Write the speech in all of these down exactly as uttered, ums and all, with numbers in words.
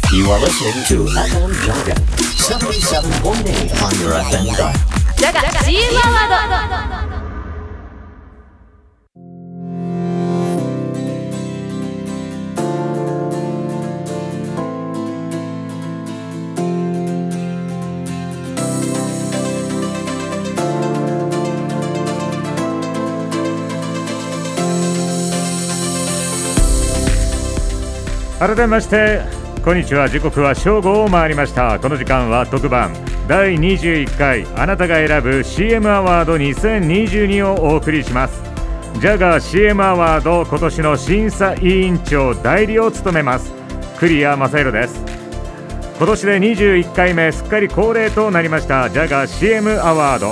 You are listening to エフエム Jaga セブンティーセブンポイントエイト on your エフエム dial. Jaga シーエム アワード。 改めましてこんにちは。時刻は正午を回りました。この時間は特番だいにじゅういっかいあなたが選ぶ シーエム アワードにせんにじゅうにをお送りします。ジャガー シーエム アワード今年の審査委員長代理を務めます栗谷正宏です。今年でにじゅういっかいめ、すっかり恒例となりましたジャガー シーエム アワード。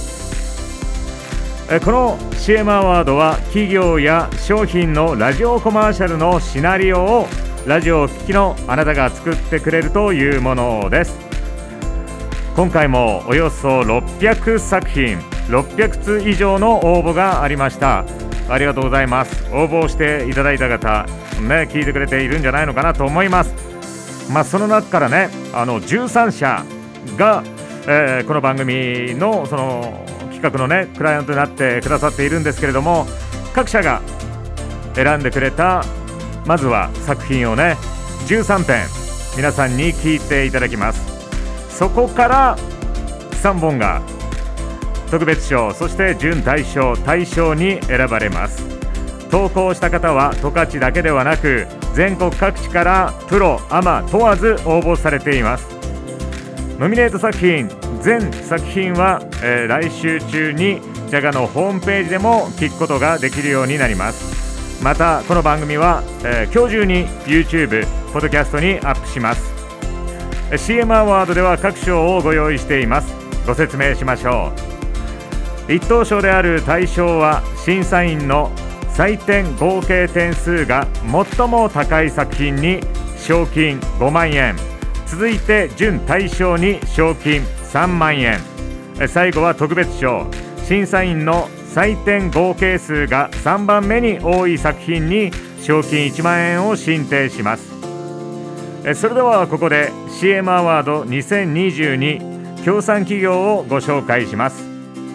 えこの シーエム アワードは企業や商品のラジオコマーシャルのシナリオをラジオをお聞きのあなたが作ってくれるというものです。今回もおよそろっぴゃくさくひん、ろっぴゃくつ以上の応募がありました。ありがとうございます。応募していただいた方、ね、聞いてくれているんじゃないのかなと思います。まあ、その中からね、あのじゅうさんしゃが、えー、この番組のその企画のねクライアントになってくださっているんですけれども、各社が選んでくれたまずは作品をねじゅうさんぺん皆さんに聞いていただきます。そこからさんぼんが特別賞、そして準大賞、大賞に選ばれます。投稿した方は十勝だけではなく全国各地からプロアマ問わず応募されています。ノミネート作品全作品は、えー、来週中にジャガのホームページでも聞くことができるようになります。またこの番組は、えー、今日中に YouTube、ポッドキャストにアップします。 シーエム アワードでは各賞をご用意しています。ご説明しましょう。一等賞である大賞は審査員の採点合計点数が最も高い作品に賞金ごまんえん、続いて準大賞に賞金さんまんえん、最後は特別賞、審査員の採点合計数がさんばんめに多い作品に賞金いちまんえんを進呈します。それではここで シーエム アワードにせんにじゅうに協賛企業をご紹介します。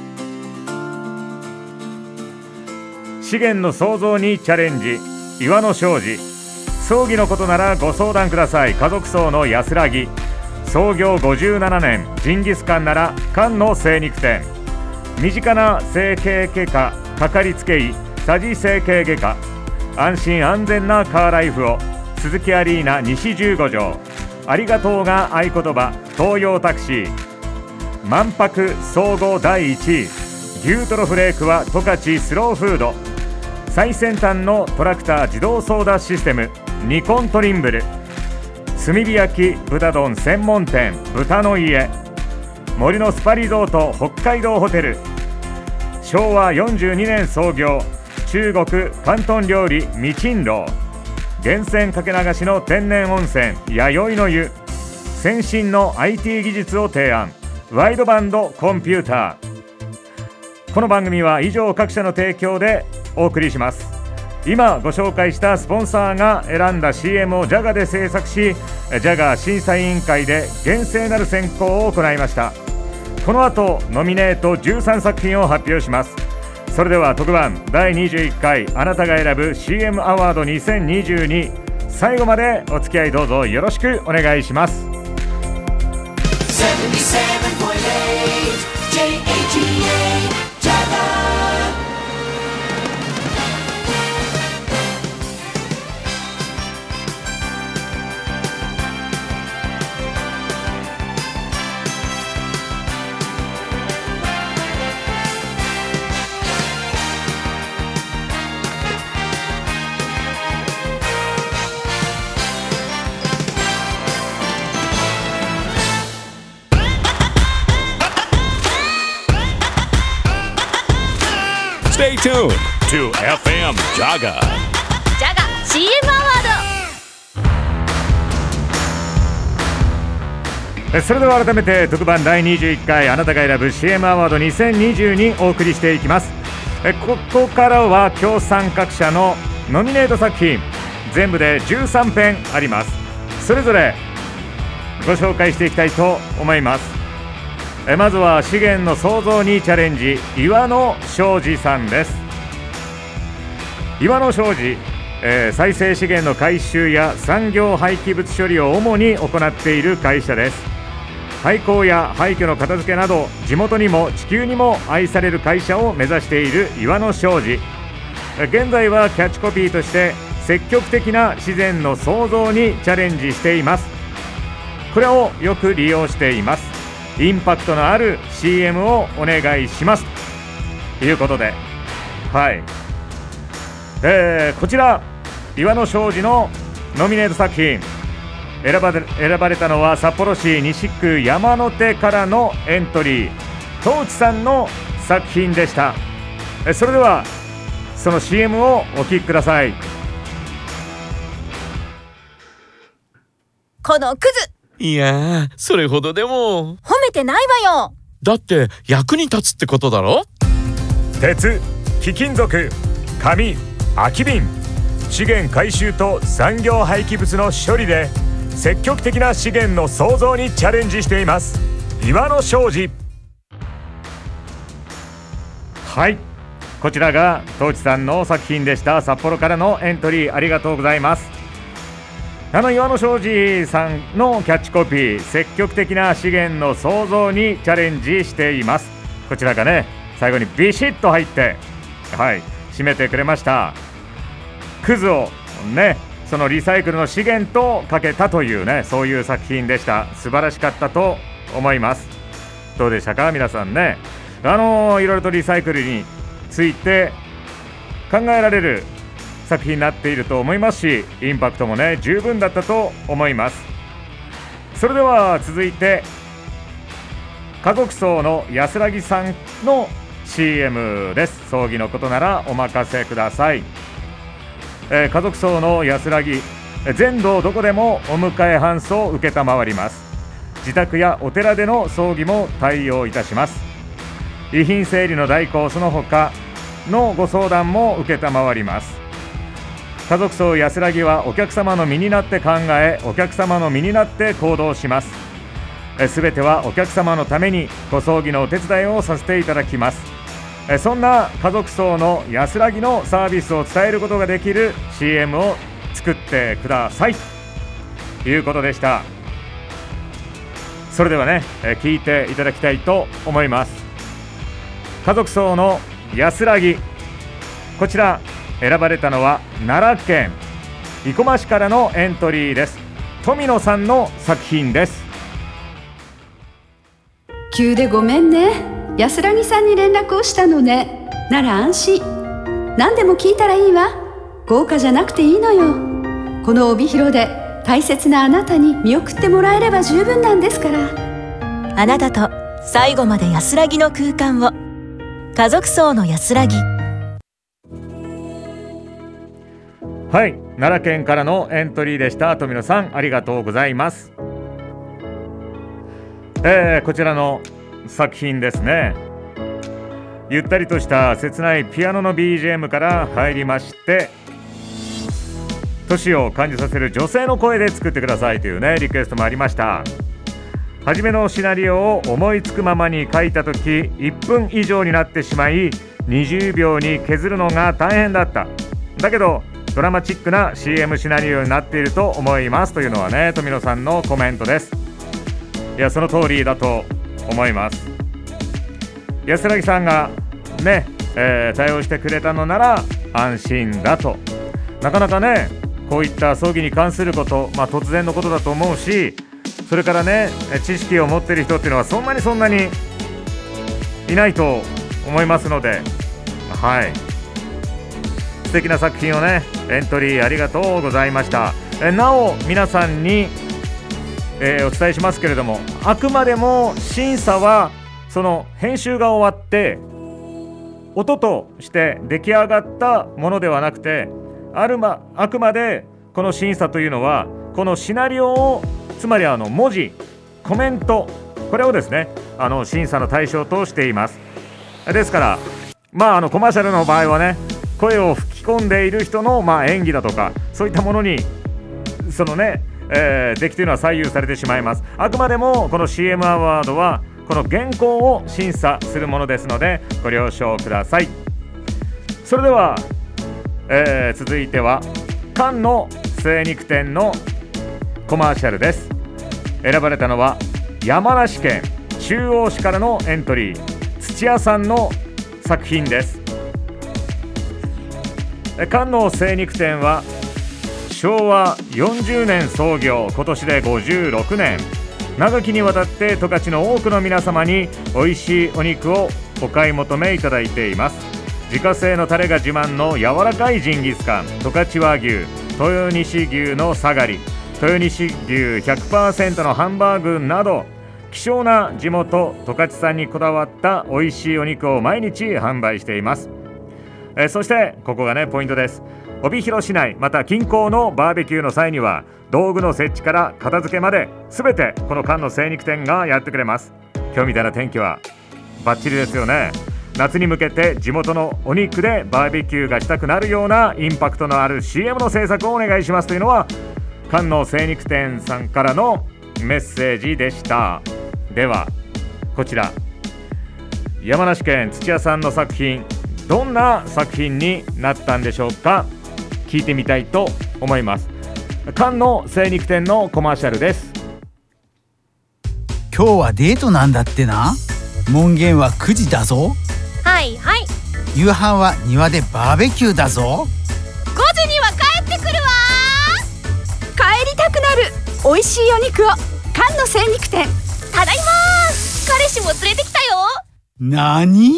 資源の創造にチャレンジ、岩野商事。葬儀のことならご相談ください。家族葬の安らぎ。創業ごじゅうななねん、ジンギスカンならカンの精肉店。身近な整形外科かかりつけ医佐治整形外科。安心安全なカーライフを鈴木アリーナ西じゅうごじょう。ありがとうが合言葉東洋タクシー。万博総合だいいちい、牛トロフレークは十勝スローフード。最先端のトラクター自動操舵システムニコントリンブル。炭火焼き豚丼専門店豚の家。森のスパリゾート北海道ホテル。しょうわよんじゅうにねん創業、中国広東料理みちん楼。源泉かけ流しの天然温泉弥生の湯。先進の アイティー 技術を提案、ワイドバンドコンピューター。この番組は以上各社の提供でお送りします。今ご紹介したスポンサーが選んだ シーエム をジャガで制作し、ジャガ審査委員会で厳正なる選考を行いました。この後ノミネートじゅうさんさくひんを発表します。それでは特番だいにじゅういっかいあなたが選ぶ シーエム アワードにせんにじゅうに、最後までお付き合いどうぞよろしくお願いします。 セブンティーセブンポイントエイト ジェイエージーエー Jaga。 Stay tuned to エフエム Jaga。 Jaga シーエム アワード。 それでは改めて特番だいにじゅういっかいあなたが選ぶ シーエム アワードにせんにじゅうにお送りしていきます。ここからは協賛各社のノミネート作品全部でじゅうさんぺんあります。それぞれご紹介していきたいと思います。えまずは資源の創造にチャレンジ、岩野昌司さんです。岩野昌司、えー、再生資源の回収や産業廃棄物処理を主に行っている会社です。廃校や廃墟の片付けなど地元にも地球にも愛される会社を目指している岩野昌司。現在はキャッチコピーとして積極的な自然の創造にチャレンジしています。これをよく利用しています。インパクトのある シーエム をお願いしますということで、はい、えー、こちら岩野昌司のノミネート作品選ばれ、選ばれたのは札幌市西区山手からのエントリー、東内さんの作品でした。それではその シーエム をお聞きください。 このクズ、 いやー、それほどでも。 褒めてないわよ。 だって役に立つってことだろ。 鉄、貴金属、紙、空き瓶、資源回収と産業廃棄物の処理で積極的な資源の創造にチャレンジしています岩野昌司。はい、こちらが東内さんの作品でした。札幌からのエントリーありがとうございます。あの岩野昌司さんのキャッチコピー、積極的な資源の創造にチャレンジしています。こちらがね、最後にビシッと入って、はい、締めてくれました。クズをね、そのリサイクルの資源とかけたというね、そういう作品でした。素晴らしかったと思います。どうでしたか皆さんね。あのー、いろいろとリサイクルについて考えられる作品になっていると思いますし、インパクトもね十分だったと思います。それでは続いて家族葬の安らぎさんの シーエム です。葬儀のことならお任せください。えー、家族葬の安らぎ、全道どこでもお迎え搬送を受けたまわります。自宅やお寺での葬儀も対応いたします。遺品整理の代行その他のご相談も受けたまわります。家族葬安らぎはお客様の身になって考え、お客様の身になって行動します。すべてはお客様のためにご葬儀のお手伝いをさせていただきます。そんな家族葬の安らぎのサービスを伝えることができる シーエム を作ってくださいということでした。それではね、聞いていただきたいと思います。家族葬の安らぎ、こちら選ばれたのは奈良県生駒市からのエントリーです。富野さんの作品です。 急でごめんね。安らぎさんに連絡をしたのね。なら安心。何でも聞いたらいいわ。豪華じゃなくていいのよ。この帯広で大切なあなたに見送ってもらえれば十分なんですから。 あなたと最後まで安らぎの空間を。家族葬の安らぎ。 はい、奈良県からのエントリーでした。富野さんありがとうございます。えー、こちらの作品ですね。ゆったりとした切ないピアノの ビージーエム から入りまして、年を感じさせる女性の声で作ってくださいというねリクエストもありました。初めのシナリオを思いつくままに書いたときいっぷん以上になってしまいにじゅうびょうに削るのが大変だった。だけどドラマチックな シーエム シナリオになっていると思いますというのはね、富野さんのコメントです。いや、その通りだと思います。安らぎさんがね、えー、対応してくれたのなら安心だと。なかなかね、こういった葬儀に関すること、まあ、突然のことだと思うし、それからね、知識を持っている人っていうのはそんなにそんなにいないと思いますので、はい、素敵な作品をねエントリーありがとうございました。えなお皆さんに、えー、お伝えしますけれども、あくまでも審査はその編集が終わって音として出来上がったものではなくて、あるま、あくまでこの審査というのはこのシナリオを、つまりあの文字、コメント、これをですねあの審査の対象としています。ですからまああのコマーシャルの場合はね、声を吹き込んでいる人のまあ演技だとかそういったものにそのねえー、出来というのは左右されてしまいます。あくまでもこの シーエム アワードはこの原稿を審査するものですのでご了承ください。それでは、えー、続いてはカンの精肉店のコマーシャルです。選ばれたのは山梨県中央市からのエントリー、土屋さんの作品です。カンの精肉店はしょうわよんじゅうねん創業、今年でごじゅうろくねん、長きにわたって十勝の多くの皆様に美味しいお肉をお買い求めいただいています。自家製のタレが自慢の柔らかいジンギスカン、十勝和牛、豊西牛のサガリ、豊西牛 ひゃくパーセント のハンバーグなど希少な地元十勝産にこだわった美味しいお肉を毎日販売しています。えそしてここがねポイントです。帯広市内また近郊のバーベキューの際には道具の設置から片付けまで全てこのカンの精肉店がやってくれます。今日みたいな天気はバッチリですよね。夏に向けて地元のお肉でバーベキューがしたくなるようなインパクトのある シーエム の制作をお願いしますというのはカンの精肉店さんからのメッセージでした。ではこちら山梨県土屋さんの作品、どんな作品になったんでしょうか。聞いてみたいと思います。カンの精肉店のコマーシャルです。 今日はデートなんだってな。門限はくじだぞ。 はいはい。 夕飯は庭でバーベキューだぞ。 ごじには帰ってくるわ。 帰りたくなる美味しいお肉をカンの精肉店。 ただいま。彼氏も連れてきたよ。 なに？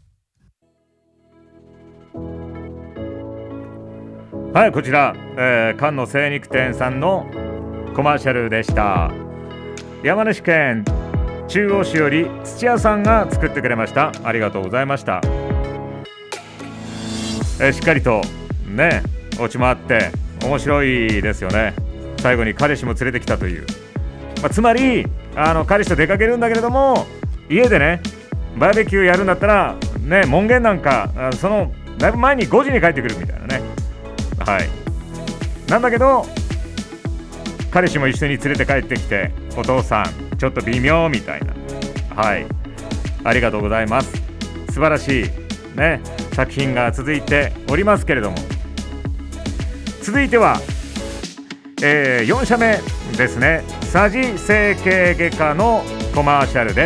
はい、こちら、えー、カンの精肉店さんのコマーシャルでした。山梨県中央市より土屋さんが作ってくれました。ありがとうございました。えー、しっかりとねオチもあって面白いですよね。最後に彼氏も連れてきたという、まあ、つまりあの彼氏と出かけるんだけれども家でねバーベキューやるんだったらね門限なんかそのだいぶ前にごじに帰ってくるみたいなね。はいなんだけど彼氏も一緒に連れて帰ってきてお父さんちょっと微妙みたいな。はいありがとうございます。素晴らしいね作品が続いておりますけれども、続いては、えー、よん社目ですね。佐治整形外科のコマーシャルです。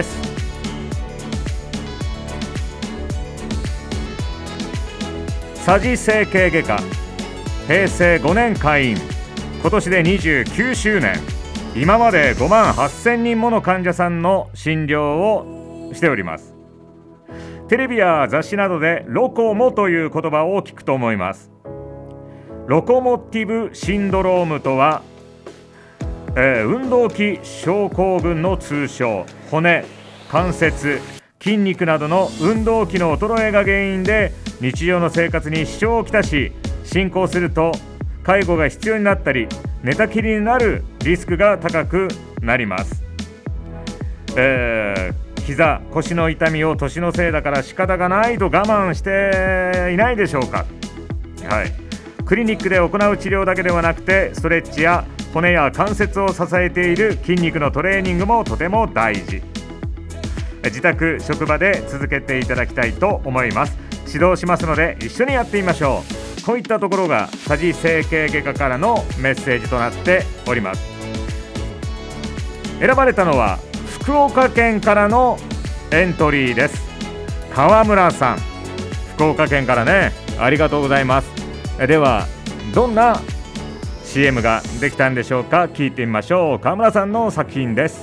佐治整形外科平成ごねん開院、今年でにじゅうきゅうしゅうねん、今までごまんはっせんにんもの患者さんの診療をしております。テレビや雑誌などでロコモという言葉を聞くと思います。ロコモティブシンドロームとは、えー、運動器症候群の通称。骨、関節、筋肉などの運動器の衰えが原因で日常の生活に支障をきたし、進行すると介護が必要になったり寝たきりになるリスクが高くなります。えー、膝、腰の痛みを年のせいだから仕方がないと我慢していないでしょうか。はい、クリニックで行う治療だけではなくてストレッチや骨や関節を支えている筋肉のトレーニングもとても大事。自宅、職場で続けていただきたいと思います。指導しますので一緒にやってみましょう。こういったところが佐治整形外科からのメッセージとなっております。選ばれたのは福岡県からのエントリーです。川村さん、福岡県からね、ありがとうございます。ではどんな シーエム ができたんでしょうか。聞いてみましょう。川村さんの作品です。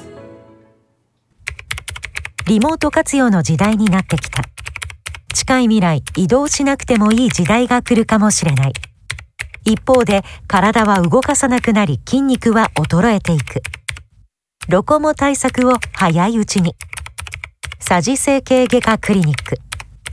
リモート活用の時代になってきた。近い未来、移動しなくてもいい時代が来るかもしれない。一方で体は動かさなくなり筋肉は衰えていく。ロコモ対策を早いうちに。佐治整形外科クリニック。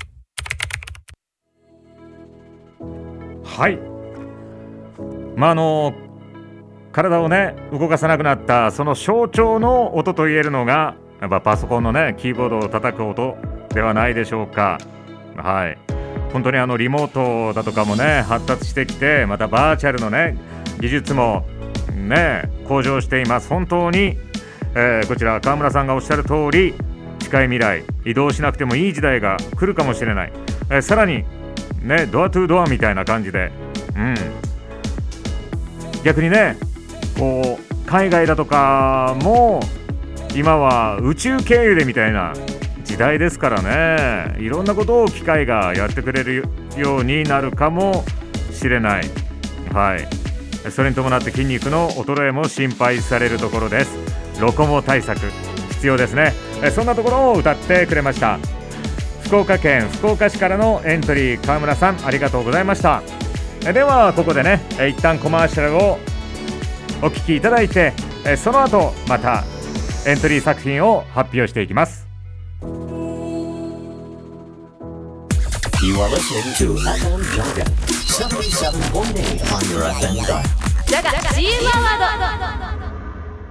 はい、まああの体をね動かさなくなったその象徴の音といえるのがやっぱパソコンのねキーボードを叩く音ではないでしょうか。はい、本当にあのリモートだとかもね発達してきて、またバーチャルのね技術もね向上しています。本当に、えー、こちら川村さんがおっしゃる通り、近い未来移動しなくてもいい時代が来るかもしれない、えー、さらにねドアトゥドアみたいな感じで、うん、逆にねこう海外だとかも今は宇宙経由でみたいな時代ですからね、いろんなことを機械がやってくれるようになるかもしれない。はい、それに伴って筋肉の衰えも心配されるところです。ロコモ対策必要ですね。そんなところを歌ってくれました。福岡県福岡市からのエントリー、川村さんありがとうございました。ではここでね一旦コマーシャルをお聞きいただいて、その後またエントリー作品を発表していきます。 You are listening to エフエム Jaga セブンティーセブンポイントエイト on your エフエム Drive。 ジャガ シーエム アワード。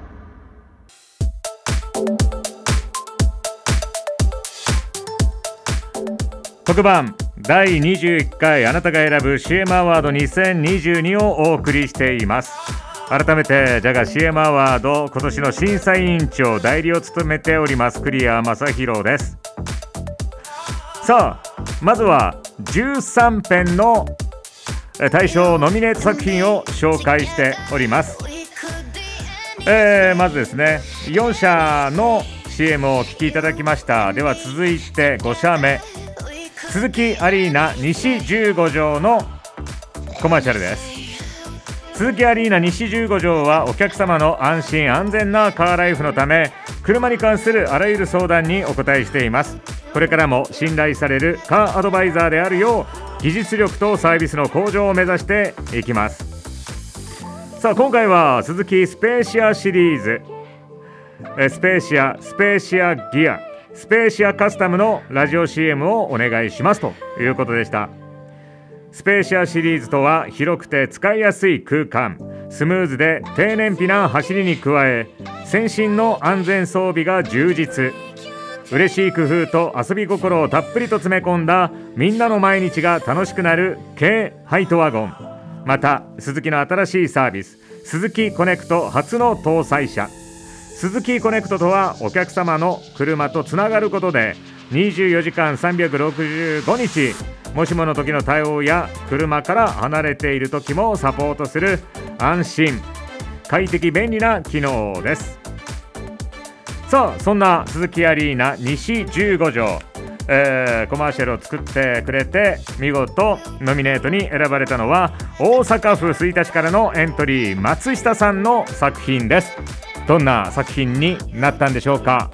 特番だいにじゅういっかいあなたが選ぶ シーエム アワードにせんにじゅうにをお送りしています。改めてジャガ シーエム アワード今年の審査委員長代理を務めております栗谷正宏です。さあまずはじゅうさん編の大賞ノミネート作品を紹介しております。えー、まずですねよん社の シーエム をお聴きいただきました。では続いてご社目、鈴木アリーナ西じゅうご条のコマーシャルです。鈴木アリーナ西じゅうご条はお客様の安心安全なカーライフのため車に関するあらゆる相談にお答えしています。これからも信頼されるカーアドバイザーであるよう技術力とサービスの向上を目指していきます。さあ今回は鈴木スペーシアシリーズ、スペーシアスペーシアギアスペーシアカスタムのラジオ シーエム をお願いしますということでした。スペーシアシリーズとは広くて使いやすい空間、スムーズで低燃費な走りに加え先進の安全装備が充実、嬉しい工夫と遊び心をたっぷりと詰め込んだみんなの毎日が楽しくなる軽ハイトワゴン、またスズキの新しいサービススズキコネクト初の搭載車。スズキコネクトとはお客様の車とつながることでにじゅうよじかんさんびゃくろくじゅうごにちもしもの時の対応や車から離れている時もサポートする安心快適便利な機能です。さあそんな鈴木アリーナ西じゅうご条、えー、コマーシャルを作ってくれて見事ノミネートに選ばれたのは大阪府吹田市からのエントリー松下さんの作品です。どんな作品になったんでしょうか。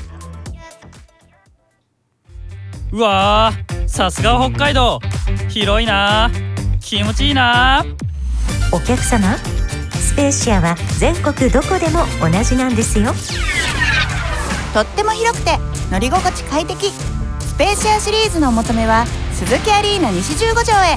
うわー、さすが北海道、広いな、気持ちいいな。 お客様、スペーシアは全国どこでも同じなんですよ。 とっても広くて乗り心地快適、スペーシアシリーズのお求めは鈴木アリーナ西じゅうご条へ。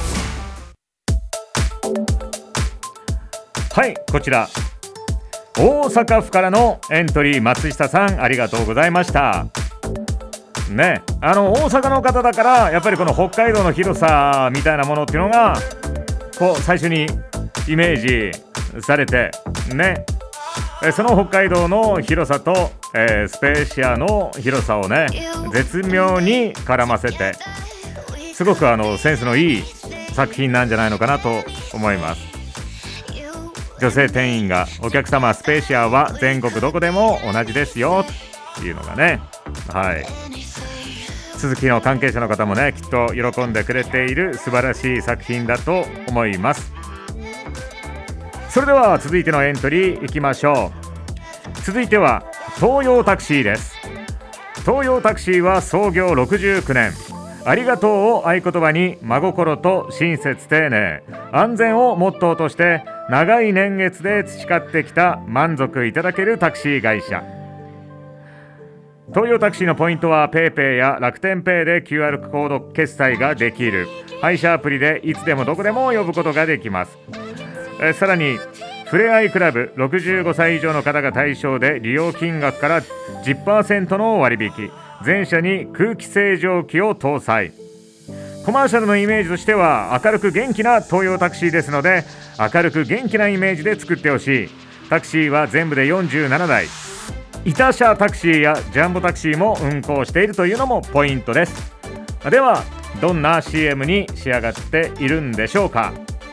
はい、こちら大阪府からのエントリー松下さんありがとうございましたね。あの大阪の方だからやっぱりこの北海道の広さみたいなものっていうのがこう最初にイメージされてね、その北海道の広さと、えー、スペーシアの広さをね絶妙に絡ませてすごくあのセンスのいい作品なんじゃないのかなと思います。女性店員がお客様スペーシアは全国どこでも同じですよというのがね、はい、鈴木の関係者の方もねきっと喜んでくれている素晴らしい作品だと思います。それでは続いてのエントリーいきましょう。続いては東洋タクシーです。東洋タクシーは創業ろくじゅうきゅうねん、ありがとうを合言葉に真心と親切丁寧安全をモットーとして長い年月で培ってきた満足いただけるタクシー会社。東洋タクシーのポイントは PayPay や楽天ペイで キューアール コード決済ができる配車アプリでいつでもどこでも呼ぶことができます。えさらにふれあいクラブろくじゅうごさい以上の方が対象で利用金額から じゅっパーセント の割引、全車に空気清浄機を搭載。コマーシャルのイメージとしては明るく元気な東洋タクシーですので明るく元気なイメージで作ってほしい。 タクシーは全部でよんじゅうななだい、イタシャタクシーやジャンボタクシーも運行しているというのもポイントです。ではどんな シーエム に仕上がっているんでしょうか。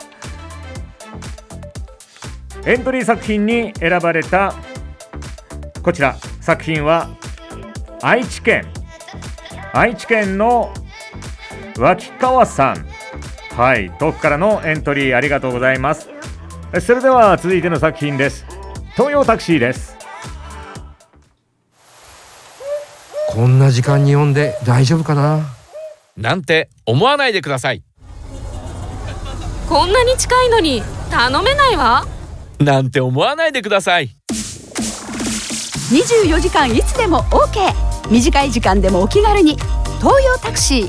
エントリー作品に選ばれたこちら作品は愛知県愛知県の脇川さん、はい、遠くからのエントリーありがとうございます。それでは続いての作品です。東洋タクシーです。 こんな時間に呼んで大丈夫かななんて思わないでください。 こんなに近いのに頼めないわなんて思わないでください。 にじゅうよじかんいつでも オーケー、 短い時間でもお気軽に東洋タクシー。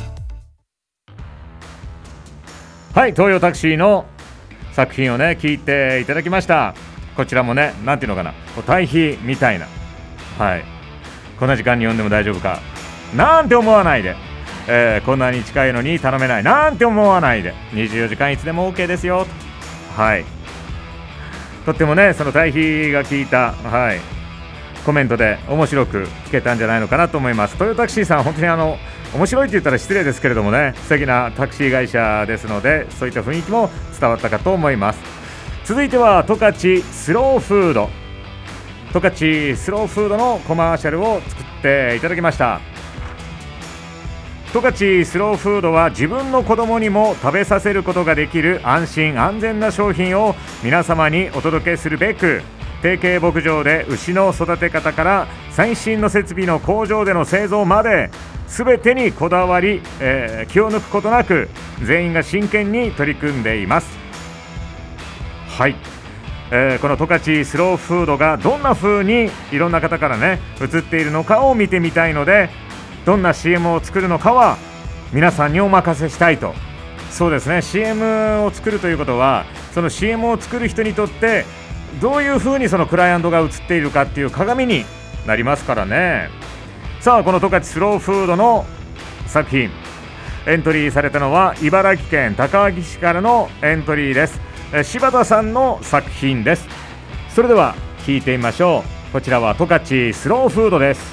はい、東洋タクシーの作品をね聞いていただきました。こちらもね、なんていうのかな、対比みたいな、はい、こんな時間に呼んでも大丈夫かなんて思わないで、えー、こんなに近いのに頼めないなんて思わないで、にじゅうよじかんいつでも オーケー ですよと、はい、とってもねその対比が効いた、はい、コメントで面白く聞けたんじゃないのかなと思います。トヨタクシーさん、本当にあの面白いって言ったら失礼ですけれどもね、素敵なタクシー会社ですので、そういった雰囲気も伝わったかと思います。続いては十勝スローフード、十勝スローフードのコマーシャルを作っていただきました。十勝スローフードは自分の子供にも食べさせることができる安心安全な商品を皆様にお届けするべく、提携牧場で牛の育て方から最新の設備の工場での製造まで全てにこだわり、えー、気を抜くことなく全員が真剣に取り組んでいます。はい、えー、この十勝スローフードがどんな風にいろんな方からね映っているのかを見てみたいので、どんな シーエム を作るのかは皆さんにお任せしたいと。そうですね、 シーエム を作るということは、その シーエム を作る人にとってどういう風にそのクライアントが映っているかっていう鏡になりますからね。さあ、この十勝スローフードの作品、エントリーされたのは茨城県高萩市からのエントリーです。柴田さんの作品です。それでは聞いてみましょう。こちらは十勝スローフードです。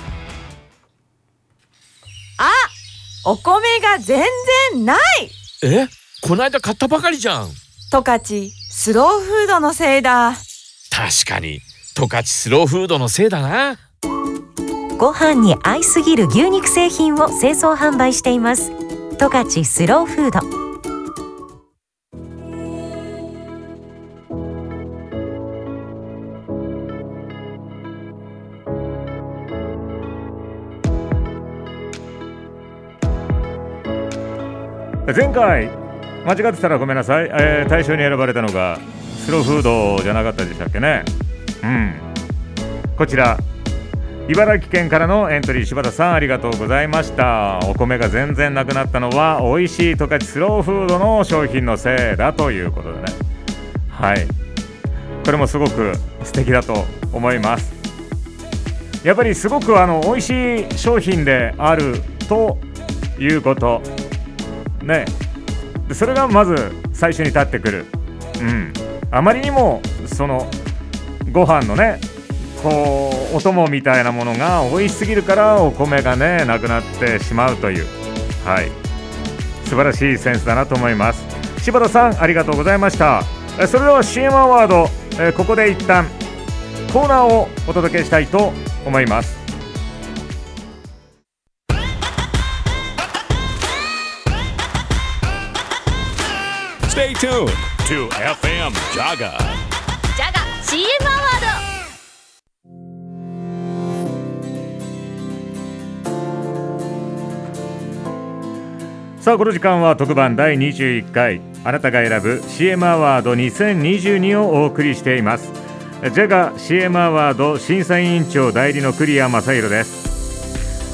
あ、お米が全然ない。 え、こないだ買ったばかりじゃん。 十勝スローフードのせいだ。 確かに十勝スローフードのせいだな。 ご飯に合いすぎる牛肉製品を製造販売しています。十勝スローフード。 前回間違ってたらごめんなさい、えー、大賞に選ばれたのがスローフードじゃなかったでしたっけね。うん、こちら茨城県からのエントリー、柴田さんありがとうございました。お米が全然なくなったのは美味しい十勝スローフードの商品のせいだということでね、はい、これもすごく素敵だと思います。やっぱりすごくあの美味しい商品であるということね、それがまず最初に立ってくる。うん、あまりにもそのご飯のねこうお供みたいなものが美味しすぎるからお米がねなくなってしまうという、はい、素晴らしいセンスだなと思います。柴田さんありがとうございました。それでは シーエム アワード、えここで一旦コーナーをお届けしたいと思います。 Stay tuned to エフエム Jaga。 ジャガ シーエム アワード。さあ、この時間は特番だいにじゅういっかいあなたが選ぶ シーエム アワードにせんにじゅうにをお送りしています。ジャガ シーエム アワード審査委員長代理の栗谷正宏です。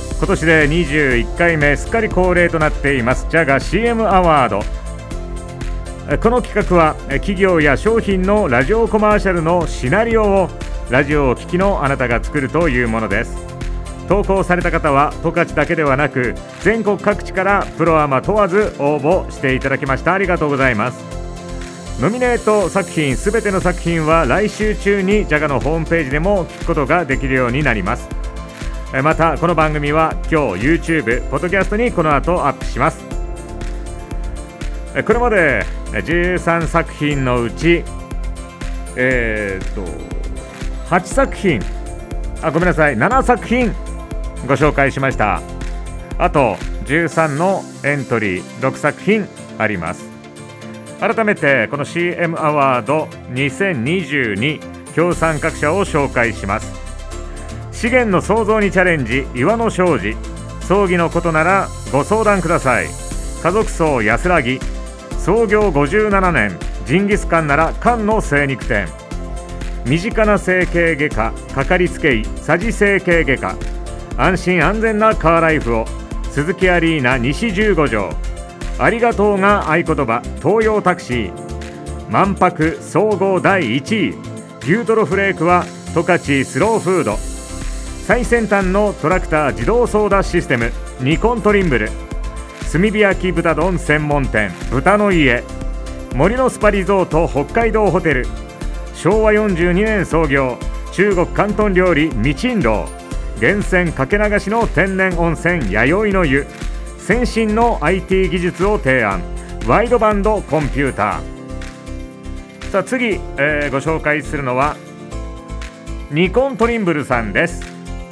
今年でにじゅういっかいめ、すっかり恒例となっていますジャガ シーエム アワード。この企画は企業や商品のラジオコマーシャルのシナリオをラジオを聴きのあなたが作るというものです。投稿された方は十勝だけではなく全国各地からプロアマ問わず応募していただきました。ありがとうございます。 ノミネート作品すべての作品は来週中に ジャガ のホームページでも聞くことができるようになります。またこの番組は今日 YouTube、ポッドキャストにこの後アップします。これまでじゅうさんさく品のうちえー、っとはちさく品あごめんなさいななさく品ご紹介しました。あとじゅうさんのエントリーろくさく品あります。改めてこの シーエム アワードにせんにじゅうに協賛各社を紹介します。資源の創造にチャレンジ岩野商事、葬儀のことならご相談ください。家族葬安らぎ、創業ごじゅうななねんジンギスカンならカンの精肉店、身近な整形外科かかりつけ医佐治整形外科、安心安全なカーライフを鈴木アリーナ西じゅうご条、ありがとうが合言葉東洋タクシー、万博総合だいいちい牛トロフレークは十勝スローフード、最先端のトラクター自動操舵システムニコントリンブル、炭火焼き豚丼専門店豚の家、森のスパリゾート北海道ホテル、しょうわよんじゅうにねん創業中国広東料理みちん楼、源泉かけ流しの天然温泉弥生の湯、先進の アイティー 技術を提案ワイドバンドコンピューター。さあ次、えー、ご紹介するのはニコントリンブルさんです。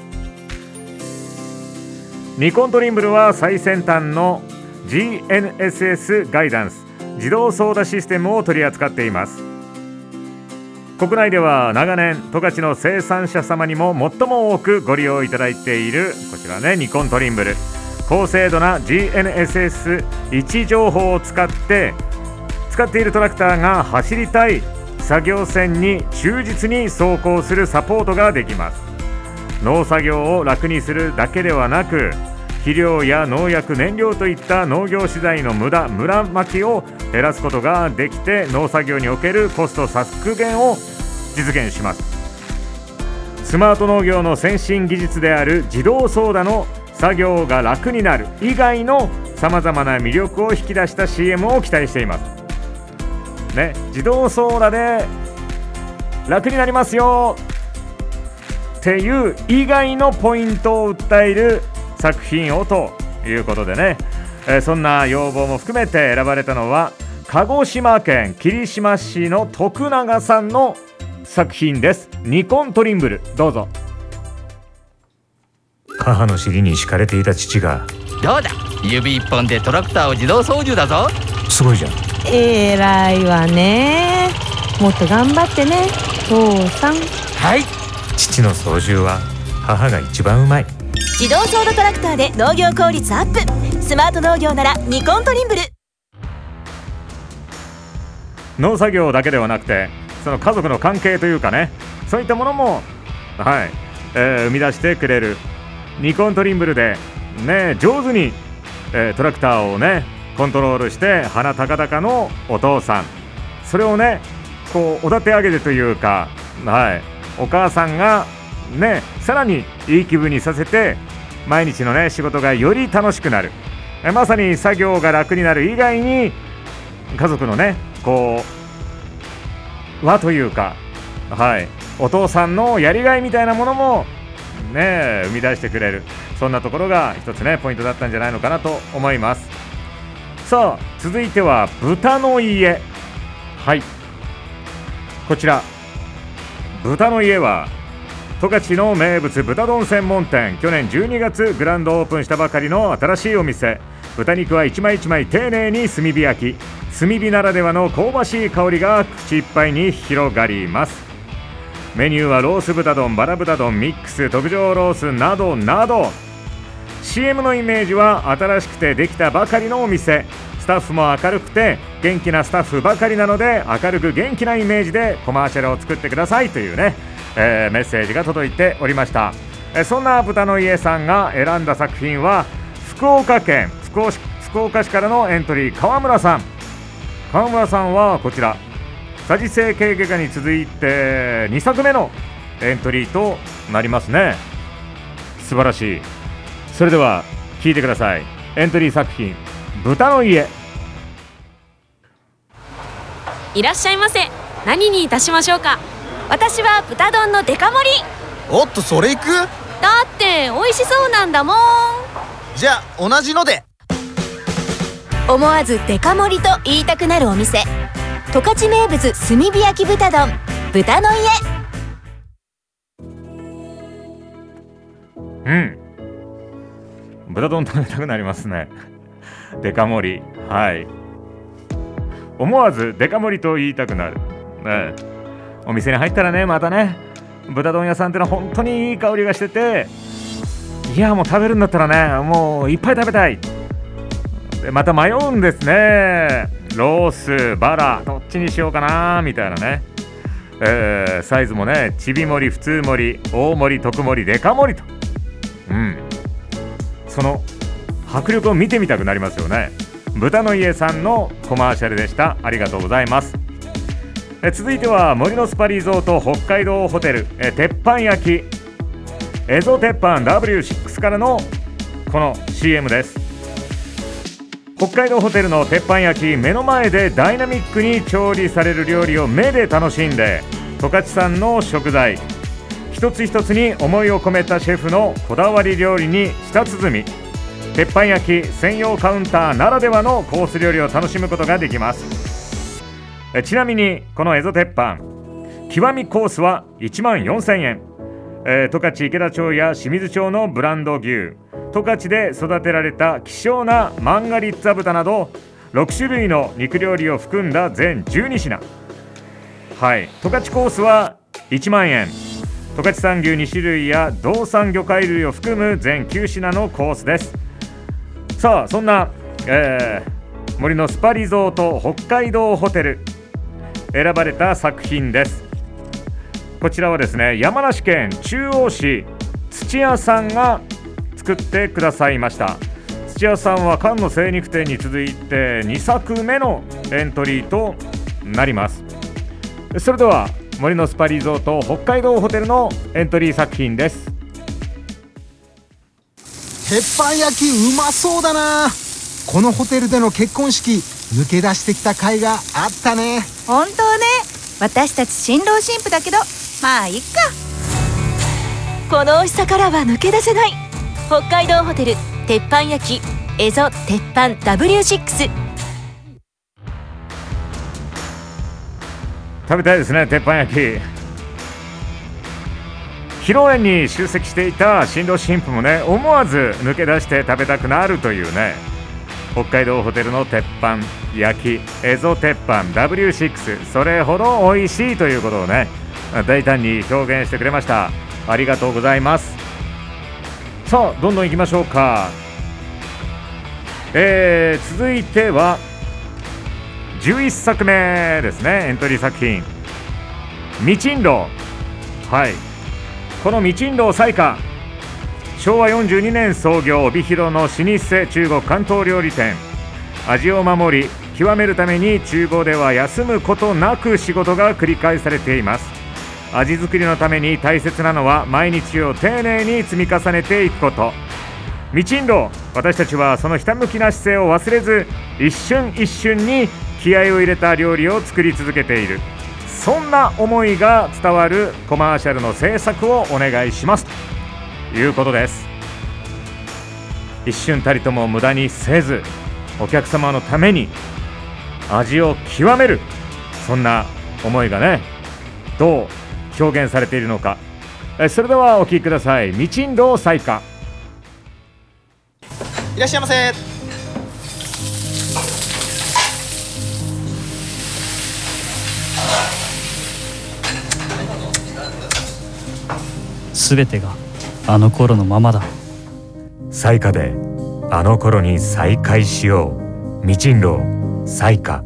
ニコントリンブルは最先端の ジーエヌエスエス ガイダンス自動操舵システムを取り扱っています。国内では長年十勝の生産者様にも最も多くご利用いただいているこちらね、ニコントリンブル、高精度な ジーエヌエスエス位置情報を使って使っているトラクターが走りたい作業線に忠実に走行するサポートができます。農作業を楽にするだけではなく、肥料や農薬、燃料といった農業資材の無駄、ムラまきを減らすことができて、農作業におけるコスト削減を実現します。スマート農業の先進技術である自動操舵の作業が楽になる以外のさまざまな魅力を引き出した シーエム を期待しています、ね、自動操舵で楽になりますよっていう以外のポイントを訴える作品をということでね、えー、そんな要望も含めて選ばれたのは鹿児島県霧島市の徳永さんの作品です。ニコントリンブル、どうぞ。 母の尻に敷かれていた父が、 どうだ、指一本でトラクターを自動操縦だぞ。 すごいじゃん。 えらいわね。もっと頑張ってね、父さん。 はい。父の操縦は母が一番うまい。 自動操舵トラクターで農業効率アップ。スマート農業ならニコントリンブル。 農作業だけではなくて、その家族の関係というかね、そういったものも、はいえー、生み出してくれるニコントリンブルで、ね、上手に、えー、トラクターをねコントロールして鼻高々のお父さん、それをねこうおだて上げてというか、はい、お母さんがねさらにいい気分にさせて毎日のね仕事がより楽しくなる、えまさに作業が楽になる以外に家族のねこう和というか、はい、お父さんのやりがいみたいなものもね生み出してくれる、そんなところが一つねポイントだったんじゃないのかなと思います。さあ続いては豚の家。はい、こちら豚の家は十勝の名物豚丼専門店、去年じゅうにがつグランドオープンしたばかりの新しいお店。豚肉は一枚一枚丁寧に炭火焼き、炭火ならではの香ばしい香りが口いっぱいに広がります。メニューはロース豚丼、バラ豚丼、ミックス、特上ロースなどなど。 シーエム のイメージは新しくてできたばかりのお店、スタッフも明るくて元気なスタッフばかりなので、明るく元気なイメージでコマーシャルを作ってくださいというね、えー、メッセージが届いておりました。えー、そんな豚の家さんが選んだ作品は福岡県福岡市、福岡市からのエントリー、川村さん。川村さんはこちら佐治整形外科に続いてにさくめのエントリーとなりますね。素晴らしい。それでは聞いてください。エントリー作品、豚の家。 いらっしゃいませ。何にいたしましょうか？ 私は豚丼のデカ盛り。 おっと、それ行く？ だって美味しそうなんだもん。 じゃあ同じので。 思わずデカ盛りと言いたくなるお店、十勝名物炭火焼き豚丼豚の家。 うん、豚丼食べたくなりますね。デカ盛り、はい、思わずデカ盛りと言いたくなる、ね、お店に入ったらね、またね、豚丼屋さんってのは本当にいい香りがしてて、いやもう食べるんだったらね、もういっぱい食べたい。でまた迷うんですね。ロース、バラ、どっちにしようかなみたいなね、えー、サイズもね、ちび盛り、普通盛り、大盛り、特盛り、デカ盛りと、うん、その迫力を見てみたくなりますよね。豚の家さんのコマーシャルでした。ありがとうございます。え続いては森のスパリゾート北海道ホテルえ鉄板焼きエゾ鉄板 ダブリューシックス からのこの シーエム です。北海道ホテルの鉄板焼き、目の前でダイナミックに調理される料理を目で楽しんで、十勝産の食材一つ一つに思いを込めたシェフのこだわり料理に舌鼓。鉄板焼き専用カウンターならではのコース料理を楽しむことができます。えちなみにこのエゾ鉄板極みコースはいちまんよんせんえん、えー、十勝池田町や清水町のブランド牛、十勝で育てられた希少なマンガリッツァ豚などろくしゅるいの肉料理を含んだ全じゅうにひん、はい、十勝コースはいちまんえん、十勝産牛にしゅるいや道産魚介類を含む全きゅうひんのコースです。さあそんな、えー、森のスパリゾート北海道ホテル選ばれた作品です。こちらはですね、山梨県中央市土屋さんが作ってくださいました。土屋さんは菅野精肉店に続いてにさくめのエントリーとなります。それでは森のスパリゾート北海道ホテルのエントリー作品です。 鉄板焼きうまそうだな。このホテルでの結婚式抜け出してきた甲斐があったね。 本当ね。私たち新郎新婦だけどまあいっか。 この美味しさからは抜け出せない。北海道ホテル鉄板焼きエゾ鉄板 ダブリューシックス。 食べたいですね、鉄板焼き。披露宴に出席していた新郎新婦もね、思わず抜け出して食べたくなるというね、北海道ホテルの鉄板焼きエゾ鉄板 ダブリューシックス、 それほど美味しいということをね、大胆に表現してくれました。ありがとうございます。さあどんどんいきましょうか。えー、続いてはじゅういっさくめですね。エントリー作品みちんろう。はい、このみちんろう彩花、しょうわよんじゅうにねん創業、帯広の老舗中国関東料理店。味を守り極めるために厨房では休むことなく仕事が繰り返されています。味作りのために大切なのは毎日を丁寧に積み重ねていくこと。みちんろう、私たちはそのひたむきな姿勢を忘れず、一瞬一瞬に気合を入れた料理を作り続けている、そんな思いが伝わるコマーシャルの制作をお願いしますということです。一瞬たりとも無駄にせず、お客様のために味を極める、そんな思いがね、どう表現されているのか。それではお聴きください。みちんろう彩花。 いらっしゃいませ。 すべてがあの頃のままだ。 彩花であの頃に再会しよう。みちんろう彩花。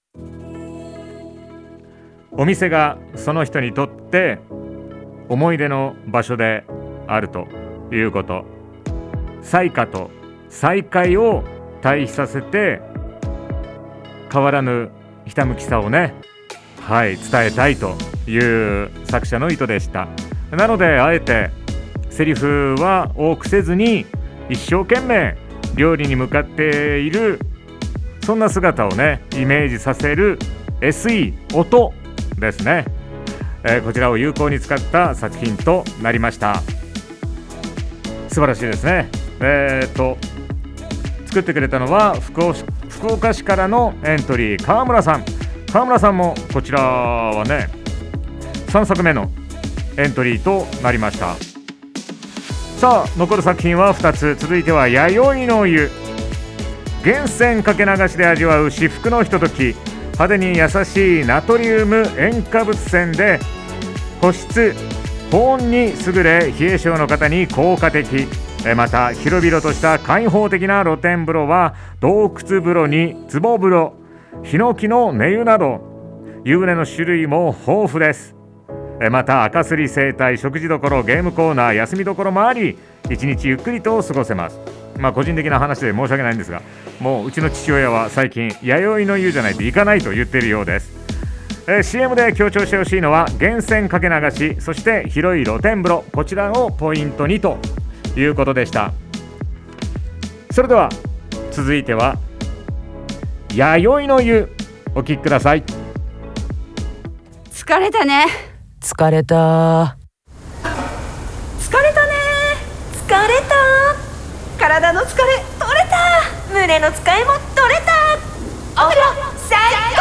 お店がその人にとって思い出の場所であるということ。彩花と再会を対比させて、変わらぬひたむきさをね、はい、伝えたいという作者の意図でした。なのであえてセリフは多くせずに、一生懸命料理に向かっている、そんな姿をねイメージさせるエスイー 音ですね、えー、こちらを有効に使った作品となりました。素晴らしいですね。えー、っと作ってくれたのは福岡、福岡市からのエントリー川村さん。川村さんもこちらはねさんさくめのエントリーとなりました。さあ残る作品はふたつ。続いては弥生の湯。源泉かけ流しで味わう至福のひととき。肌に優しいナトリウム塩化物泉で保湿保温に優れ、冷え性の方に効果的。また広々とした開放的な露天風呂は洞窟風呂に壺風呂、ヒノキの寝湯など湯船の種類も豊富です。また赤すり整体、食事どころ、ゲームコーナー、休みどころもあり、一日ゆっくりと過ごせます。まあ個人的な話で申し訳ないんですが、もううちの父親は最近弥生の湯じゃないと行かないと言っているようです。えー、シーエム で強調してほしいのは源泉かけ流し、そして広い露天風呂、こちらをポイントにということでした。それでは続いては弥生の湯、お聞きください。 疲れたね。 疲れた。 疲れたね。 疲れた。 体の疲れ取れた。 胸の疲れも取れた。お風呂最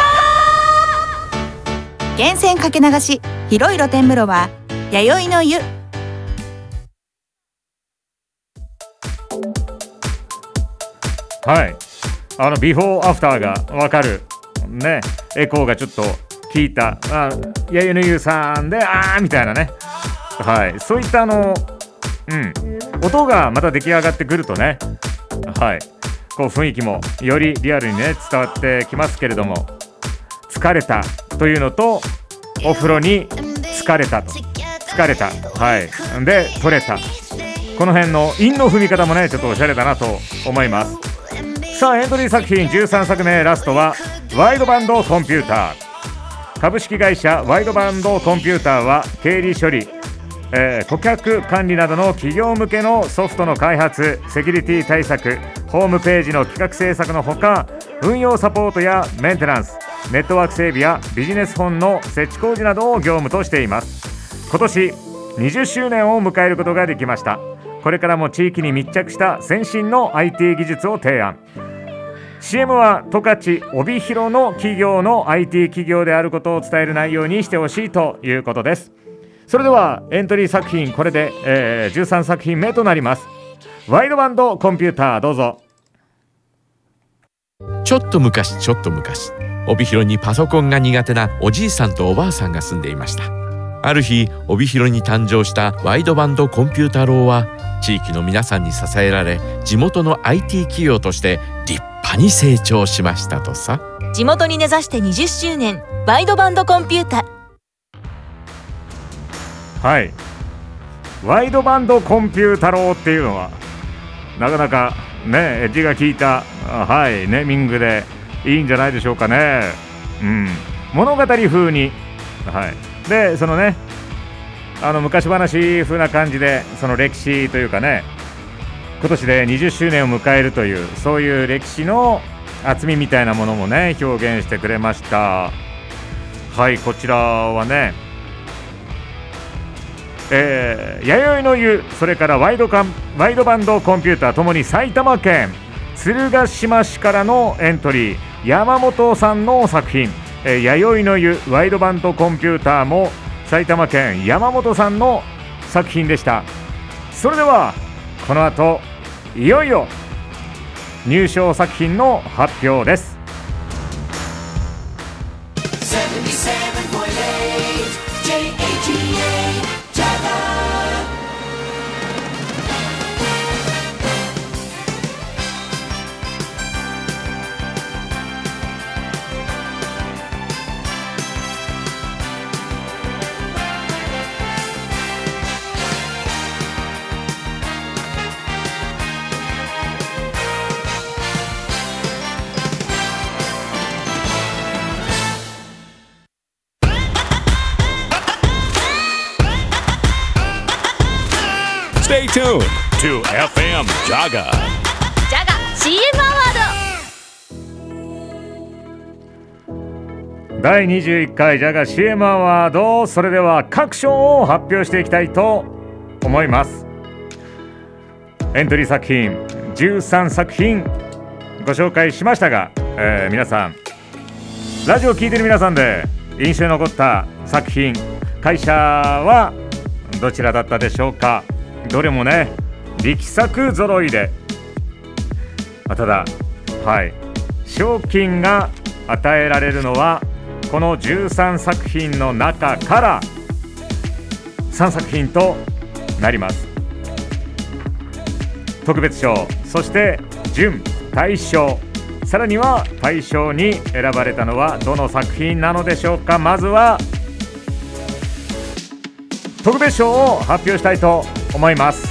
高。 源泉かけ流し広い露天風呂は弥生の湯。 はい、あのビフォーアフターが分かるね、エコーがちょっと効いた、あ弥生の湯さんであーみたいなね、はい、そういったあの、うん、音がまた出来上がってくるとね、はい、こう雰囲気もよりリアルにね伝わってきますけれども、疲れたというのとお風呂に疲れたと疲れた、はい、で取れた、この辺の韻の踏み方もねちょっとおしゃれだなと思います。さあエントリー作品じゅうさんさくめ、ラストはワイドバンドコンピューター。株式会社ワイドバンドコンピューターは経理処理、えー、顧客管理などの企業向けのソフトの開発、セキュリティ対策、ホームページの企画制作のほか、運用サポートやメンテナンス、ネットワーク整備やビジネス本の設置工事などを業務としています。今年にじゅっしゅうねんを迎えることができました。これからも地域に密着した先進の アイティー 技術を提案。 シーエム は十勝帯広の企業の アイティー 企業であることを伝える内容にしてほしいということです。それではエントリー作品、これで、えー、じゅうさんさく品目となります。ワイドバンドコンピューター、どうぞ。 ちょっと昔ちょっと昔、帯広にパソコンが苦手なおじいさんとおばあさんが住んでいました。ある日帯広に誕生したワイドバンドコンピュータローは地域の皆さんに支えられ、地元の アイティー 企業として立派に成長しましたとさ。 地元に根ざしてにじゅっしゅうねん、ワイドバンドコンピュータ。 はい、ワイドバンドコンピュータローっていうのはなかなかねエッジが効いた、はい、ネーミングでいいんじゃないでしょうかね。うん、物語風に、はい、でそのねあの昔話風な感じで、その歴史というかね、今年でにじゅっしゅうねんを迎えるという、そういう歴史の厚みみたいなものもね表現してくれました。はい、こちらはね、えー、弥生の湯、それからワイドカンワイドバンドコンピューターともに埼玉県鶴ヶ島市からのエントリー、山本さんの作品、えー、弥生の湯ワイドバンドコンピューターも埼玉県山本さんの作品でした。それではこの後いよいよ入賞作品の発表です。 Stay tuned to エフエム Jaga. Jaga シーエム アワード。 だいにじゅういっかいジャガ シーエム アワード、それでは各賞を発表していきたいと思います。エントリー作品じゅうさんさく品ご紹介しましたが、えー、皆さんラジオを聴いている皆さんで印象に残った作品、会社はどちらだったでしょうか。どれもね力作揃いで、ただはい賞金が与えられるのはこのじゅうさんさく品の中からさんさく品となります。特別賞、そして準大賞、さらには大賞に選ばれたのはどの作品なのでしょうか。まずは特別賞を発表したいと思います。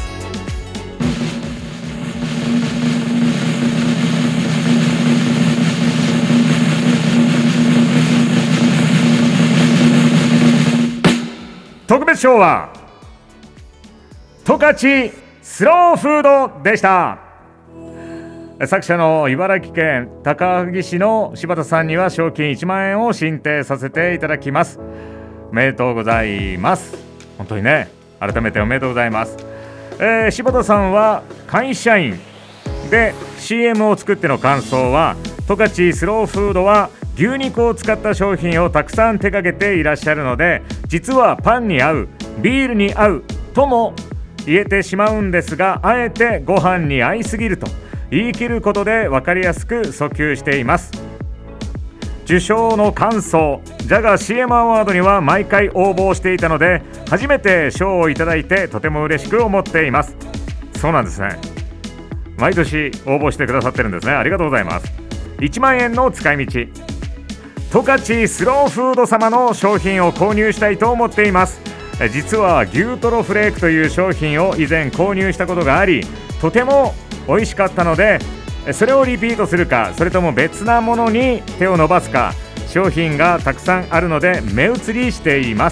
特別賞は十勝スローフードでした。作者の茨城県高萩市の柴田さんには賞金いちまん円を進呈させていただきます。おめでとうございます。本当にね、改めておめでとうございます。えー、柴田さんは会社員で シーエム を作っての感想は、十勝スローフードは牛肉を使った商品をたくさん手掛けていらっしゃるので、実はパンに合う、ビールに合うとも言えてしまうんですが、あえてご飯に合いすぎると言い切ることで分かりやすく訴求しています。受賞の感想、ジャガ シーエム アワードには毎回応募していたので、初めて賞をいただいてとても嬉しく思っています。そうなんですね、毎年応募してくださってるんですね。ありがとうございます。いちまん円の使い道、十勝スローフード様の商品を購入したいと思っています。実は牛トロフレークという商品を以前購入したことがあり、とても美味しかったので、それをリピートするか、それとも別なものに手を伸ばすか、商品がたくさんあるので目移りしています。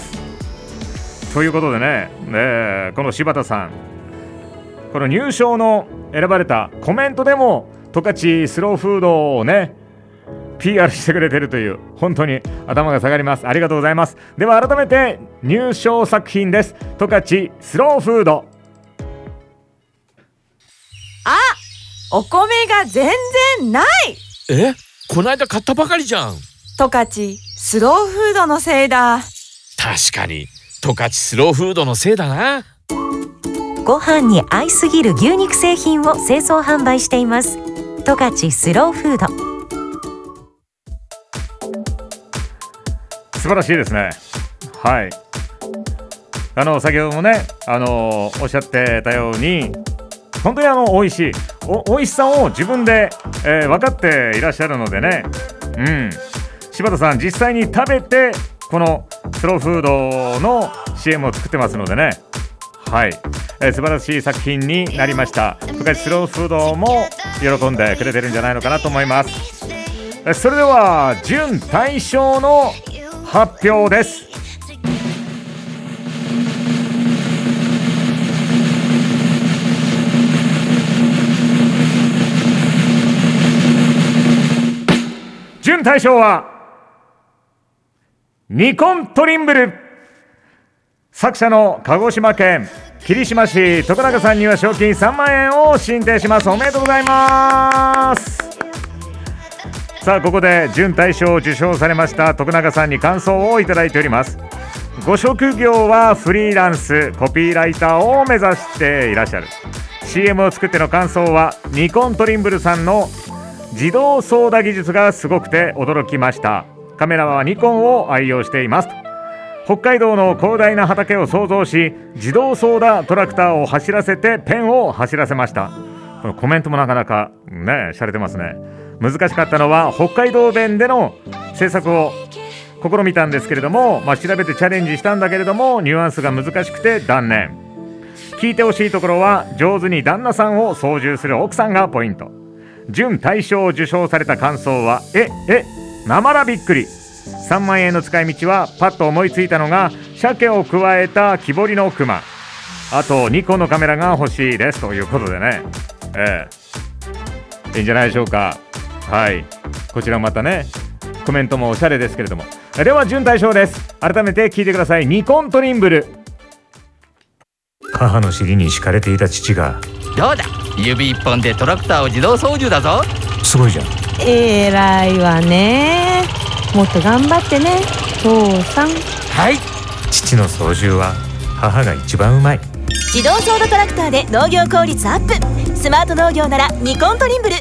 ということでね、ねこの柴田さん、この入賞の選ばれたコメントでも十勝スローフードをね ピーアール してくれてるという、本当に頭が下がります。ありがとうございます。では改めて入賞作品です。十勝スローフード。 あ、お米が全然ない。 え、こないだ買ったばかりじゃん。 十勝スローフードのせいだ。 確かに十勝スローフードのせいだな。 ご飯に合いすぎる牛肉製品を製造販売しています。十勝スローフード。 素晴らしいですね。はい、あの先ほどもね、あのおっしゃってたように、本当にあの美味しいお美味しさを自分で、えー、分かっていらっしゃるのでね、うん、柴田さん実際に食べてこのスローフードの シーエム を作ってますのでね、はい、えー、素晴らしい作品になりました。十勝スローフードも喜んでくれてるんじゃないのかなと思います。えー、それでは準大賞の発表です。準大賞はニコントリンブル。作者の鹿児島県霧島市徳永さんには賞金さんまん円を進呈します。おめでとうございます。さあここで準大賞を受賞されました徳永さんに感想をいただいております。ご職業はフリーランスコピーライターを目指していらっしゃる。 シーエム を作っての感想は、ニコントリンブルさんの自動操舵技術がすごくて驚きました。カメラはニコンを愛用しています。北海道の広大な畑を想像し、自動操舵トラクターを走らせてペンを走らせました。このコメントもなかなかね、洒落てますね。難しかったのは北海道弁での制作を試みたんですけれども、まあ、調べてチャレンジしたんだけれどもニュアンスが難しくて断念。聞いてほしいところは上手に旦那さんを操縦する奥さんがポイント。準大賞を受賞された感想は、ええなまらびっくり。さんまん円の使い道はパッと思いついたのが鮭を加えた木彫りの熊、あとニコンのカメラが欲しいですということでね、ええいいんじゃないでしょうか。はい、こちらまたねコメントもおしゃれですけれども、 では準大将です。改めて聞いてください。ニコントリンブル。 母の尻に敷かれていた父が。 どうだ、指一本でトラクターを自動操縦だぞ。 すごいじゃん。 えらいわね。もっと頑張ってね、父さん。 はい。 父の操縦は母が一番うまい。 自動走路トラクターで農業効率アップ。スマート農業ならニコントリンブル。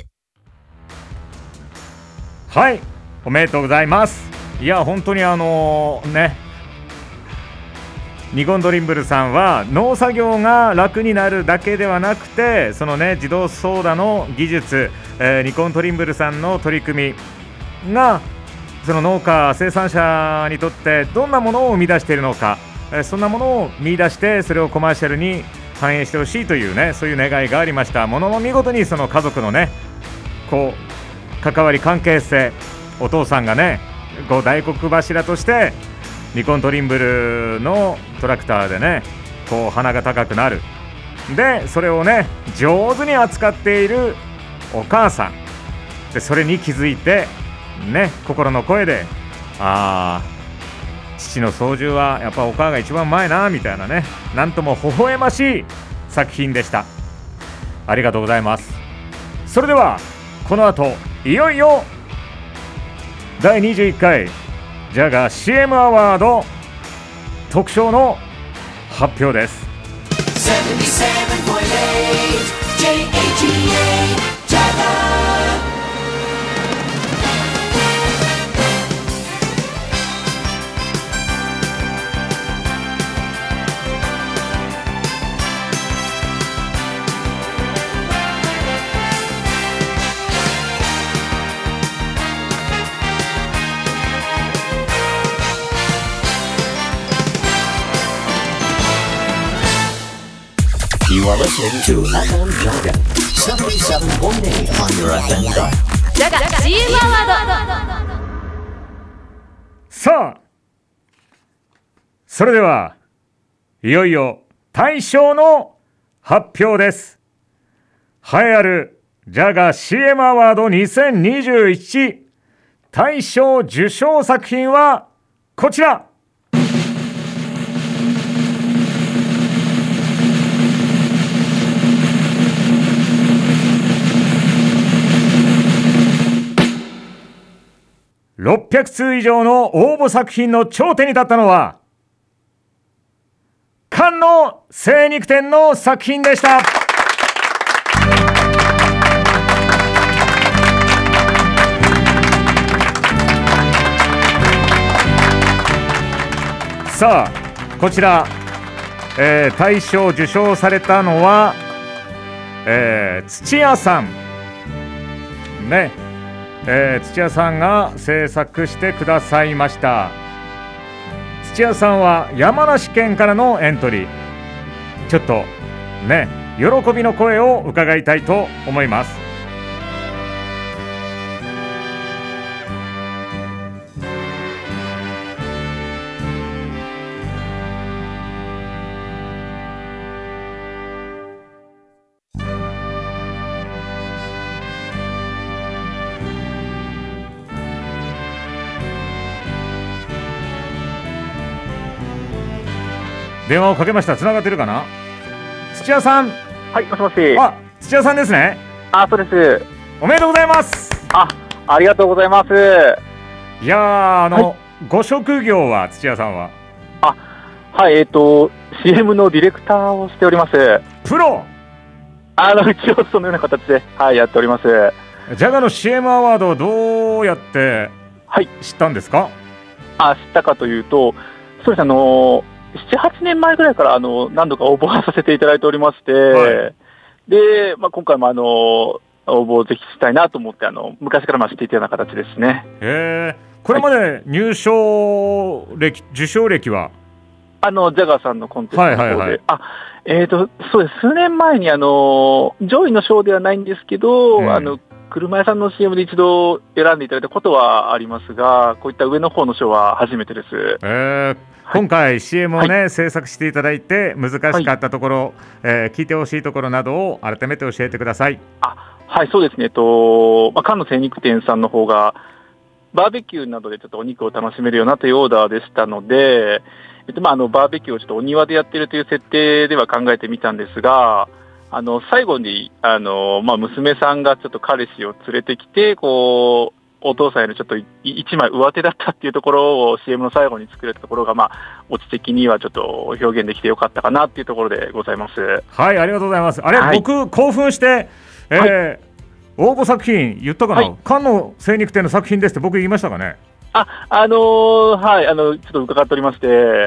はい、おめでとうございます。いや本当にあのー、ねニコントリンブルさんは農作業が楽になるだけではなくて、そのね自動操舵の技術、えー、ニコントリンブルさんの取り組みがその農家生産者にとってどんなものを生み出しているのか、えー、そんなものを見出してそれをコマーシャルに反映してほしいというね、そういう願いがありました。ものの見事にその家族のねこう関わり関係性、お父さんがねこう大黒柱としてニコントリンブルのトラクターでねこう鼻が高くなる。でそれをね上手に扱っているお母さんで、それに気づいてね心の声で、あー父の操縦はやっぱお母が一番うまいなみたいなね、なんとも微笑ましい作品でした。ありがとうございます。それではこの後いよいよだいにじゅういっかいジャガー シーエム アワード特賞の発表です。 セブンティーセブンポイントエイト ジェイエイチイーエー ジャガー。 You are listening to エフエム Jaga セブンティーセブンポイントエイト on your エフエム dial。 ジャガ シーエム アワード。 さあそれではいよいよ大賞の発表です。栄えあるジャガ シーエム アワードにせんにじゅういち大賞受賞作品はこちら。ろっぴゃくつう以上の応募作品の頂点に立ったのは菅野精肉店の作品でした。さあこちら、えー、大賞受賞されたのは、えー、土屋さんね、えー、土屋さんが制作してくださいました。土屋さんは山梨県からのエントリー。ちょっとね喜びの声を伺いたいと思います。電話をかけました。つながってるかな。土屋さん。 はい、もしもし。 あ、土屋さんですね。 あ、そうです。 おめでとうございます。 あ、ありがとうございます。 いやー、あの、 はい、 ご職業は土屋さんは。 あ、はい、えっ、ー、と シーエム のディレクターをしております。 プロ。 あの一応そのような形で、はい、やっております。 ジャガの シーエム アワードをどうやって知ったんですか。はい、 あ、知ったかというと、そうです、あのななはちねんまえぐらいからあの何度か応募させていただいておりまして、はい、で、まあ、今回もあの応募をぜひしたいなと思ってあの昔からまあ知っていたような形ですね。 へー、これまで入賞歴、はい、受賞歴はあのジャガーさんのコンテストの方で、はいはいはい、あ、えーと、そうです、数年前にあの上位の賞ではないんですけど、うん、あの車屋さんの シーエム で一度選んでいただいたことはありますが、こういった上の方の賞は初めてです。 えー今回 シーエム をね、はい、制作していただいて難しかったところ、はい、えー、聞いてほしいところなどを改めて教えてください。 あ、はい、そうですね、えっとまあ、菅野精肉店さんの方がバーベキューなどでちょっとお肉を楽しめるようなというオーダーでしたので、えっとまあ、あのバーベキューをちょっとお庭でやっているという設定では考えてみたんですが、あの最後にあの、まあ、娘さんがちょっと彼氏を連れてきて、こうお父さんよりちょっと一枚上手だったっていうところを シーエム の最後に作れたところが、まあ、オチ的にはちょっと表現できてよかったかなっていうところでございます。 はい、ありがとうございます。あれ、はい、僕興奮して、えーはい、応募作品言ったかな、はい、菅野精肉店の作品ですって僕言いましたかね。 あ、あのー、はい、あのちょっと伺っておりまして、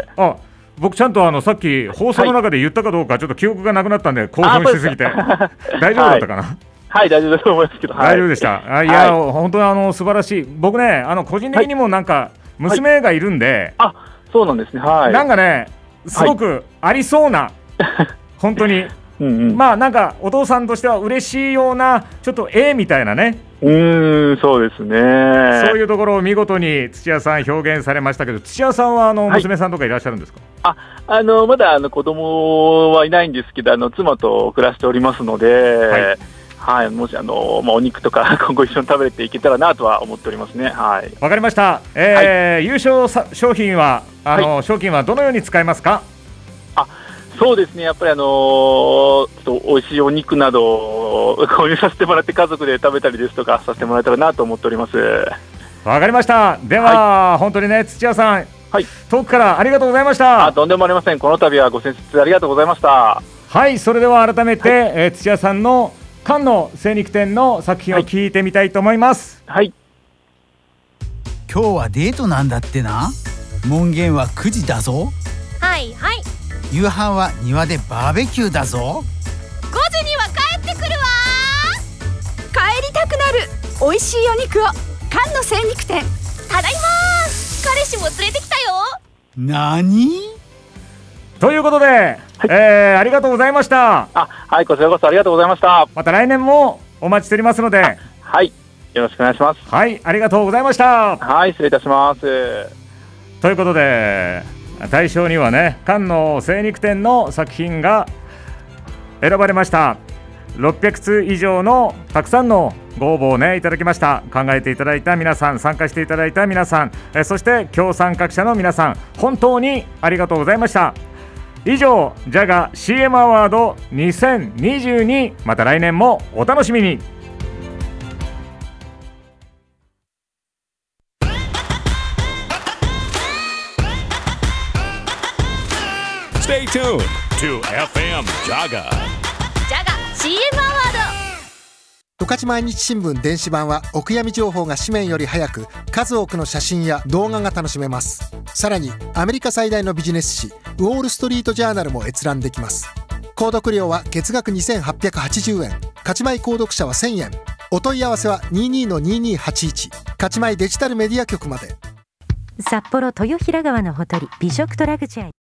あ、僕ちゃんとあのさっき放送の中で言ったかどうかちょっと記憶がなくなったんで興奮しすぎて大丈夫だったかな。 はいはい、大丈夫だと思いますけど、はい、 大丈夫でした。あ、いや、はい、本当にあの素晴らしい。僕ね、あの個人的にもなんか娘がいるんで、 はいはい、あ、そうなんですね。はい。 なんかね、すごくありそうな、はい、本当にうん、うん、まあなんかお父さんとしては嬉しいようなちょっと絵みたいなね。 うーん、そうですね。 そういうところを見事に土屋さん表現されましたけど、土屋さんはあの娘さんとかいらっしゃるんですか。 はい、あ、あのまだあの子供はいないんですけど、あの妻と暮らしておりますので。はい、はい、もしあの、まあ、お肉とか今後一緒に食べていけたらなとは思っておりますね。はい、 わかりました。えーはい、優勝さ商品はあの、はい、商品はどのように使えますか。 あ、そうですね、やっぱりあのー、ちょっと美味しいお肉などを購入させてもらって家族で食べたりですとかさせてもらえたらなと思っております。 わかりました。では、はい、本当にね、土屋さん、はい、遠くからありがとうございました。 あ、とんでもありません。この度はご親切ありがとうございました。 はい、それでは改めて、はい、えー、土屋さんの菅野精肉店の作品を聞いてみたいと思います。 はい、 今日はデートなんだってな。門限はくじだぞ。 はいはい。 夕飯は庭でバーベキューだぞ。 ごじには帰ってくるわ。 帰りたくなる美味しいお肉を菅野精肉店。 ただいま。彼氏も連れてきたよ。 なに？ ということで、はい、えー、ありがとうございました。 あ、はい、こちらこそありがとうございました。 また来年もお待ちしておりますので、 はい、よろしくお願いします。 はい、ありがとうございました。 はい、失礼いたします。 ということで、大賞にはね、菅野精肉店の作品が選ばれました。ろっぴゃくつ以上のたくさんのご応募をねいただきました。考えていただいた皆さん、参加していただいた皆さん、えそして協賛各社の皆さん、本当にありがとうございました。以上、ジャガ シーエム アワードにせんにじゅうに、また来年もお楽しみに。 Stay tuned to エフエム ジャガジャガ シーエム アワード。 十勝毎日新聞電子版はお悔やみ情報が紙面より早く、数多くの写真や動画が楽しめます。さらにアメリカ最大のビジネス誌ウォールストリートジャーナルも閲覧できます。購読料は月額にせんはっぴゃくはちじゅうえん、勝ち米購読者はせんえん。お問い合わせは にじゅうにのにじゅうにはちいち、勝ち米デジタルメディア局まで。 札幌豊平川のほとり美食とラグジュアリー。